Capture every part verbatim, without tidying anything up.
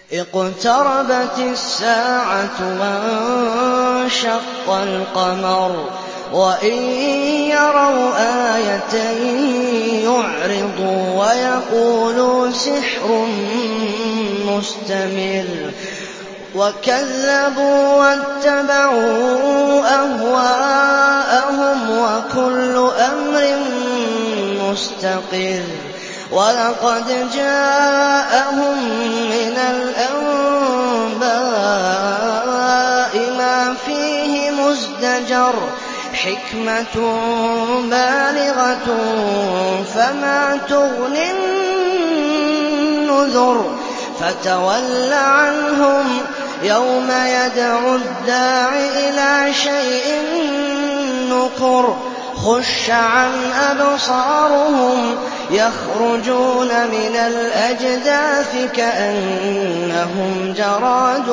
اقْتَرَبَتِ السَّاعَةُ وَانشَقَّ الْقَمَرُ وَإِن يَرَوْا آيَةً يُعْرِضُوا وَيَقُولُوا سِحْرٌ مُّسْتَمِرٌّ وَكَذَّبُوا وَاتَّبَعُوا أَهْوَاءَهُمْ وَكُلُّ أَمْرٍ مُّسْتَقِرٌّ وَلَقَدْ جَاءَهُم مِّنَ الْأَنبَاءِ مَا فِيهِ مُزْدَجَرٌ حِكْمَةٌ بَالِغَةٌ فَمَا تُغْنِ النُّذُرُ فَتَوَلَّ عَنْهُمْ يَوْمَ يَدْعُ الدَّاعِ إِلَىٰ شَيْءٍ نُّكُرٍ خُشَّ عَنْ أَبْصَارُهُمْ يَخْرُجُونَ مِنَ الْأَجْدَاثِ كَأَنَّهُمْ جَرَادٌ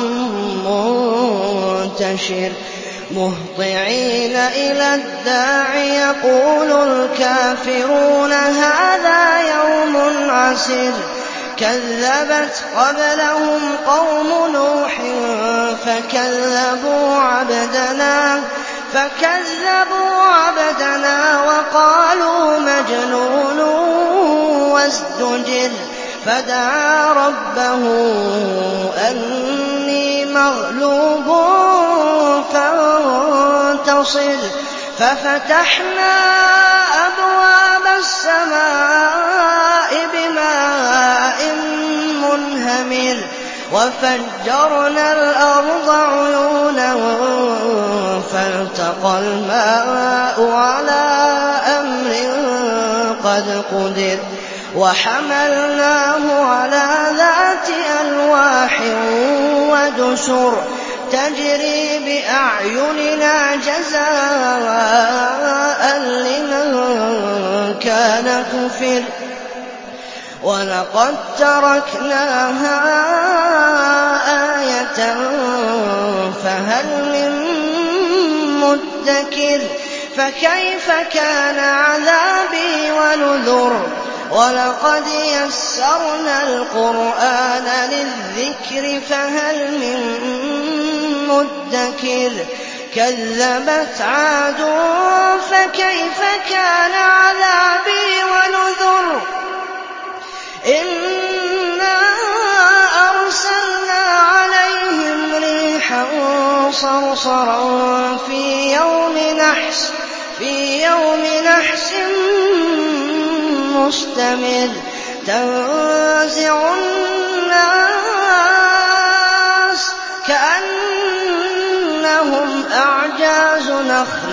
مُّنتَشِرٌ مُهْطِعِينَ إِلَى الدَّاعِ يَقُولُ الْكَافِرُونَ هَٰذَا يَوْمٌ عَسِرٌ كَذَّبَتْ قَبْلَهُمْ قَوْمُ نُوحٍ فَكَذَّبُوا عَبْدَنَا فَكَذَّبُوا عَبْدَنَا وَقَالُوا مَجْنُونٌ وَازْدُجِرَ فَدَعَا رَبَّهُ أَنِّي مَغْلُوبٌ فَانتَصِرْ فَفَتَحْنَا أَبْوَابَ السَّمَاءِ بِمَاءٍ مُّنْهَمِرٍ وَفَجَّرْنَا الْأَرْضَ عُيُونًا فَالْتَقَى الْمَاءُ عَلَىٰ أَمْرٍ قَدْ قُدِرَ وَحَمَلْنَاهُ عَلَىٰ ذَاتِ أَلْوَاحٍ وَدُسُرٍ تَجْرِي بِأَعْيُنِنَا جَزَاءً لِّمَن كَانَ كُفِرَ وَلَقَد تَّرَكْنَاهَا آيَةً فَهَلْ مِن مُّدَّكِرٍ فَكَيْفَ كَانَ عَذَابِي وَنُذُرِ وَلَقَدْ يَسَّرْنَا الْقُرْآنَ لِلذِّكْرِ فَهَلْ مِن مُّدَّكِرٍ كَذَّبَتْ عَادٌ فَكَيْفَ كَانَ عَذَابِي وَنُذُرِ إِنَّا أَرْسَلْنَا عَلَيْهِمْ رِيحًا صَرْصَرًا فِي يَوْمِ نَحْسٍ مُّسْتَمِرٍّ تَنزِعُ النَّاسَ كَأَنَّهُمْ أَعْجَازُ نَخْلٍ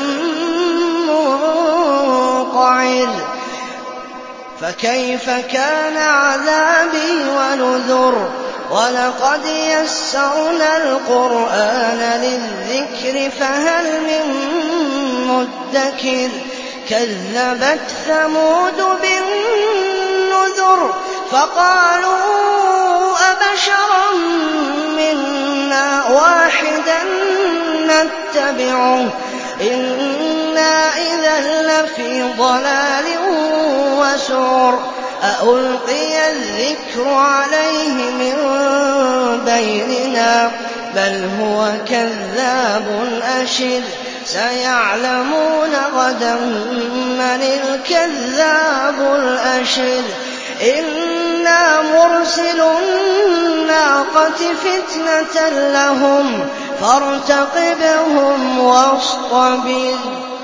مُّنقَعِرٍ فَكَيْفَ كَانَ عَذَابِي وَنُذُرِ وَلَقَدْ يَسَّرْنَا الْقُرْآنَ لِلذِّكْرِ فَهَلْ مِن مُّدَّكِرٍ كَذَّبَتْ ثَمُودُ بِالنُّذُرِ فَقَالُوا أَبَشَرًا مِّنَّا وَاحِدًا نَّتَّبِعُهُ إِنَّا إِذًا لَّفِي ضَلَالٍ وَسُعُرٍ أَأُلْقِيَ الذِّكْرُ عَلَيْهِ مِن بَيْنِنَا بَلْ هُوَ كَذَّابٌ أَشِرٌ سَيَعْلَمُونَ غَدًا مَّنِ الْكَذَّابُ الْأَشِرُ إِنَّا مُرْسِلُو النَّاقَةِ فِتْنَةً لَّهُمْ فَارْتَقِبْهُمْ وَاصْطَبِرْ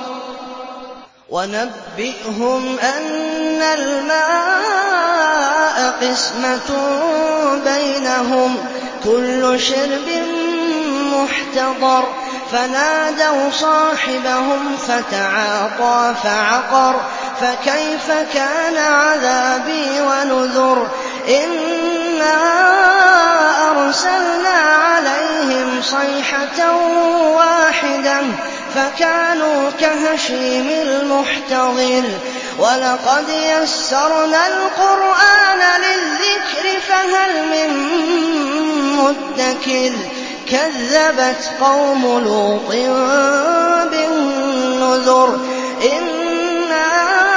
وَنَبِّئْهُمْ أَنَّ الْمَاءَ قِسْمَةٌ بَيْنَهُمْ كُلُّ شِرْبٍ مُّحْتَضَرٌ فَنَادَوْا صَاحِبَهُمْ فَتَعَاطَىٰ فَعَقَرَ فَكَيْفَ كَانَ عَذَابِي وَنُذُرِ إِنَّا أَرْسَلْنَا عَلَيْهِمْ صَيْحَةً وَاحِدَةً فَكَانُوا كَهَشِيمِ الْمُحْتَظِرِ وَلَقَدْ يَسَّرْنَا الْقُرْآنَ لِلذِّكْرِ فَهَلْ مِن مُّدَّكِرٍ كَذَّبَتْ قَوْمُ لُوطٍ بِالنُّذُرِ إِنَّا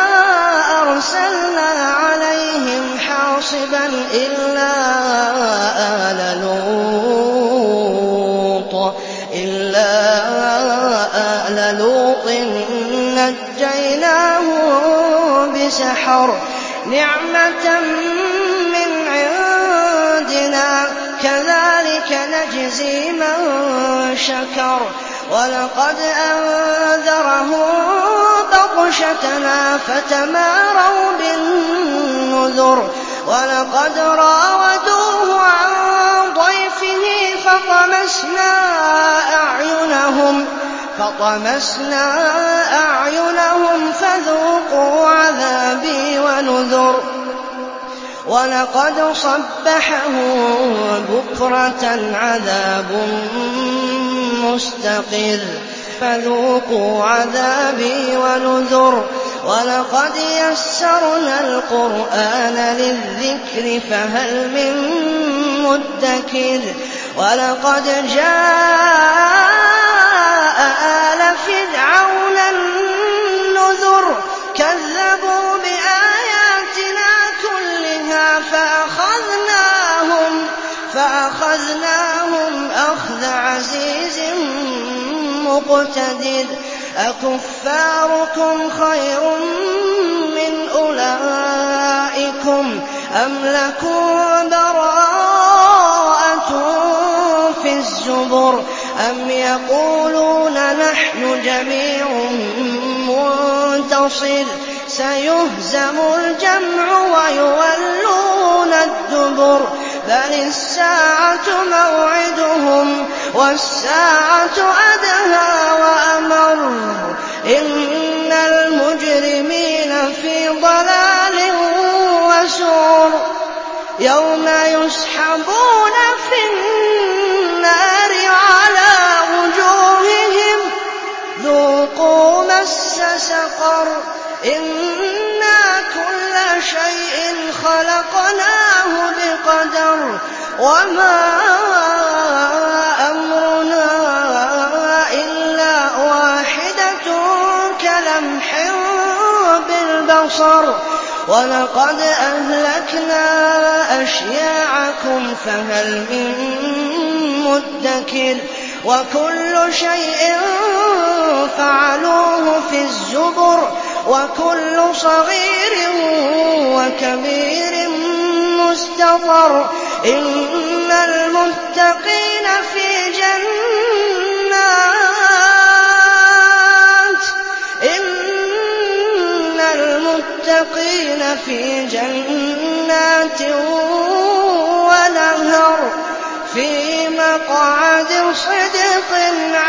أَرْسَلْنَا عَلَيْهِمْ حَاصِبًا إِلَّا سحر نعمة من عندنا كذلك نجزي من شكر ولقد أنذرهم بطشتنا فتماروا بالنذر ولقد راودوه عن ضيفه فطمسنا أعينهم فطمسنا أعينهم فذوقوا عذابي ونذر ولقد صبحهم بكرة عذاب مستقر فذوقوا عذابي ونذر ولقد يسرنا القرآن للذكر فهل من مدكر ولقد جاء آل فرعون النذر كذبوا بآياتنا كلها فأخذناهم فأخذناهم أخذ عزيز مقتدر أكفاركم خير من أولئكم أم لكم براءة في الزبر أم يقولون نحن جميع منتصر سيهزم الجمع ويولون الدبر بل الساعة موعدهم والساعة أدهى وأمر إن المجرمين في ضلال وسعر يوم يسحبون في النار على وجوههم ذوقوا مس سقر إنا كل شيء خلقناه بقدر وما أمرنا إلا واحدة كلمح بالبصر ولقد أهلكنا أشياعكم فهل من مدكر وكل شيء فعلوه في الزبر وكل صغير وكبير مستطر إن المتقين في جنات إن المتقين في جنات ونهر في مقعد صدق